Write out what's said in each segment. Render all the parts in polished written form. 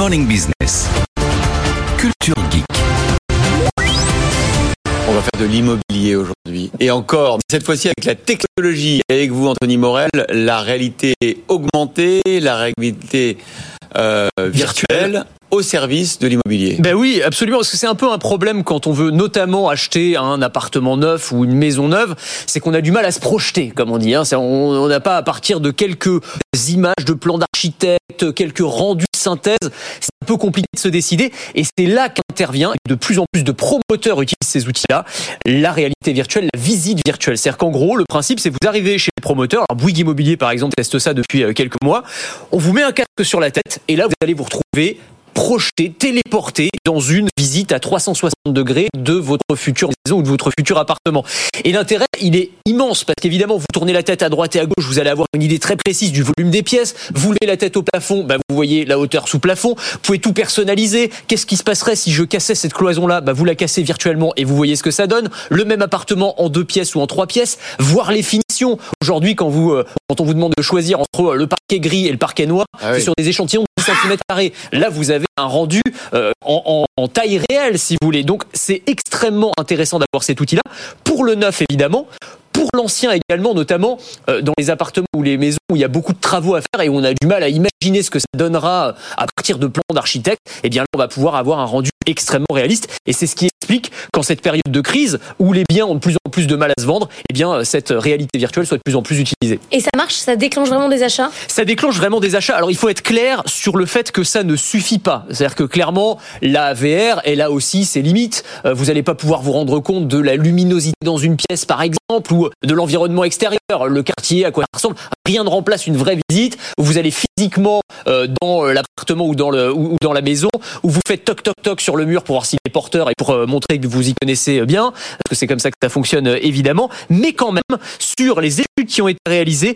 Morning Business. Culture Geek. On va faire de l'immobilier aujourd'hui. Et encore, cette fois-ci avec la technologie. Avec vous, Anthony Morel, la réalité augmentée, la réalité virtuelle au service de l'immobilier. Ben oui, absolument, parce que c'est un peu un problème quand on veut notamment acheter un appartement neuf ou une maison neuve, c'est qu'on a du mal à se projeter, comme on dit. On n'a pas à partir de quelques images de plans d'architecte, quelques rendus de synthèse, c'est un peu compliqué de se décider. Et c'est là qu'intervient, et de plus en plus de promoteurs utilisent ces outils-là, la réalité virtuelle, la visite virtuelle. C'est-à-dire qu'en gros, le principe, c'est que vous arrivez chez les promoteurs, alors Bouygues Immobilier par exemple teste ça depuis quelques mois, on vous met un casque sur la tête, et là vous allez vous retrouver projeté, téléporté dans une visite à 360 degrés de votre future maison ou de votre futur appartement. Et l'intérêt, il est immense parce qu'évidemment, vous tournez la tête à droite et à gauche, vous allez avoir une idée très précise du volume des pièces. Vous levez la tête au plafond, vous voyez la hauteur sous plafond. Vous pouvez tout personnaliser. Qu'est-ce qui se passerait si je cassais cette cloison-là ? Vous la cassez virtuellement et vous voyez ce que ça donne. Le même appartement en 2 pièces ou en 3 pièces, voir les finitions. Aujourd'hui, quand on vous demande de choisir entre le parquet gris et le parquet noir, c'est sur des échantillons de 10 cm². Là, vous avez un rendu en taille réelle, si vous voulez. Donc, c'est extrêmement intéressant d'avoir cet outil-là. Pour le neuf, évidemment. Pour l'ancien également, notamment dans les appartements ou les maisons où il y a beaucoup de travaux à faire et où on a du mal à imaginer ce que ça donnera à partir de plans d'architecte, eh bien là, on va pouvoir avoir un rendu extrêmement réaliste. Et c'est ce qui explique qu'en cette période de crise, où les biens ont de plus en plus de mal à se vendre, eh bien cette réalité virtuelle soit de plus en plus utilisée. Et ça marche ? Ça déclenche vraiment des achats ? Ça déclenche vraiment des achats. Alors il faut être clair sur le fait que ça ne suffit pas. C'est-à-dire que clairement, la VR, elle a aussi ses limites. Vous n'allez pas pouvoir vous rendre compte de la luminosité dans une pièce, par exemple, ou de l'environnement extérieur, le quartier, à quoi ça ressemble. Rien ne remplace une vraie visite où vous allez physiquement dans l'appartement ou dans la maison, où vous faites toc toc toc sur le mur pour voir s'il est porteur et pour montrer que vous y connaissez bien, parce que c'est comme ça que ça fonctionne évidemment. Mais quand même, sur les études qui ont été réalisées,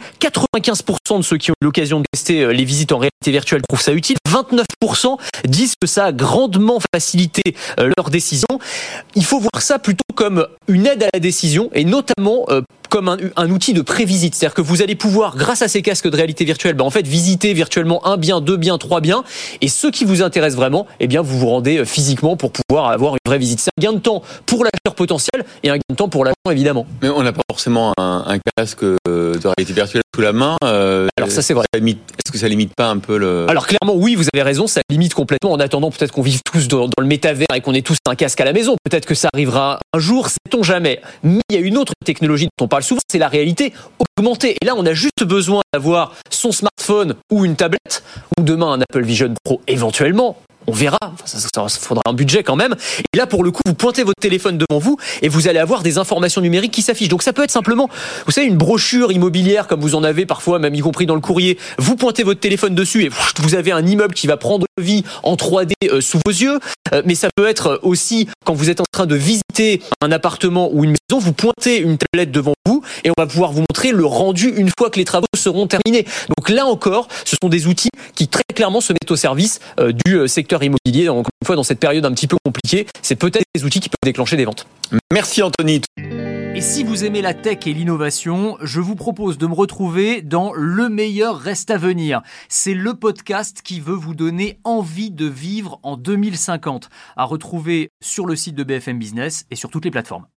95% de ceux qui ont eu l'occasion de tester les visites en réalité virtuelle trouvent ça utile. 29% disent que ça a grandement facilité leur décision. Il faut voir ça plutôt comme une aide à la décision et notamment comme un outil de prévisite. C'est-à-dire que vous allez pouvoir, grâce à ces casques de réalité virtuelle, en fait, visiter virtuellement 1 bien, 2 biens, 3 biens. Et ce qui vous intéresse vraiment, eh bien, vous vous rendez physiquement pour pouvoir avoir une vraie visite. C'est un gain de temps pour l'acheteur potentiel et un gain de temps pour l'agent, évidemment. Mais on n'a pas forcément un casque de réalité virtuelle sous la main. Alors ça, c'est vrai. Est-ce que ça limite pas un peu le... Alors clairement, oui, vous avez raison, ça limite complètement. En attendant, peut-être qu'on vive tous dans le métavers et qu'on ait tous un casque à la maison. Peut-être que ça arrivera un jour, sait-on jamais. Mais il y a une autre technologie dont on parle souvent, c'est la réalité augmentée. Et là, on a juste besoin d'avoir son smartphone ou une tablette, ou demain un Apple Vision Pro éventuellement. On verra, ça faudra un budget quand même. Et là, pour le coup, vous pointez votre téléphone devant vous et vous allez avoir des informations numériques qui s'affichent. Donc ça peut être simplement, vous savez, une brochure immobilière comme vous en avez parfois, même y compris dans le courrier. Vous pointez votre téléphone dessus et vous avez un immeuble qui va prendre vie en 3D sous vos yeux. Mais ça peut être aussi quand vous êtes en train de visiter un appartement ou une maison, vous pointez une tablette devant vous et on va pouvoir vous montrer le rendu une fois que les travaux seront terminés. Donc là encore, ce sont des outils qui très clairement se mettent au service du secteur immobilier. Encore une fois, dans cette période un petit peu compliquée, c'est peut-être des outils qui peuvent déclencher des ventes. Merci Anthony. Et si vous aimez la tech et l'innovation, je vous propose de me retrouver dans Le meilleur reste à venir. C'est le podcast qui veut vous donner envie de vivre en 2050, à retrouver sur le site de BFM Business et sur toutes les plateformes.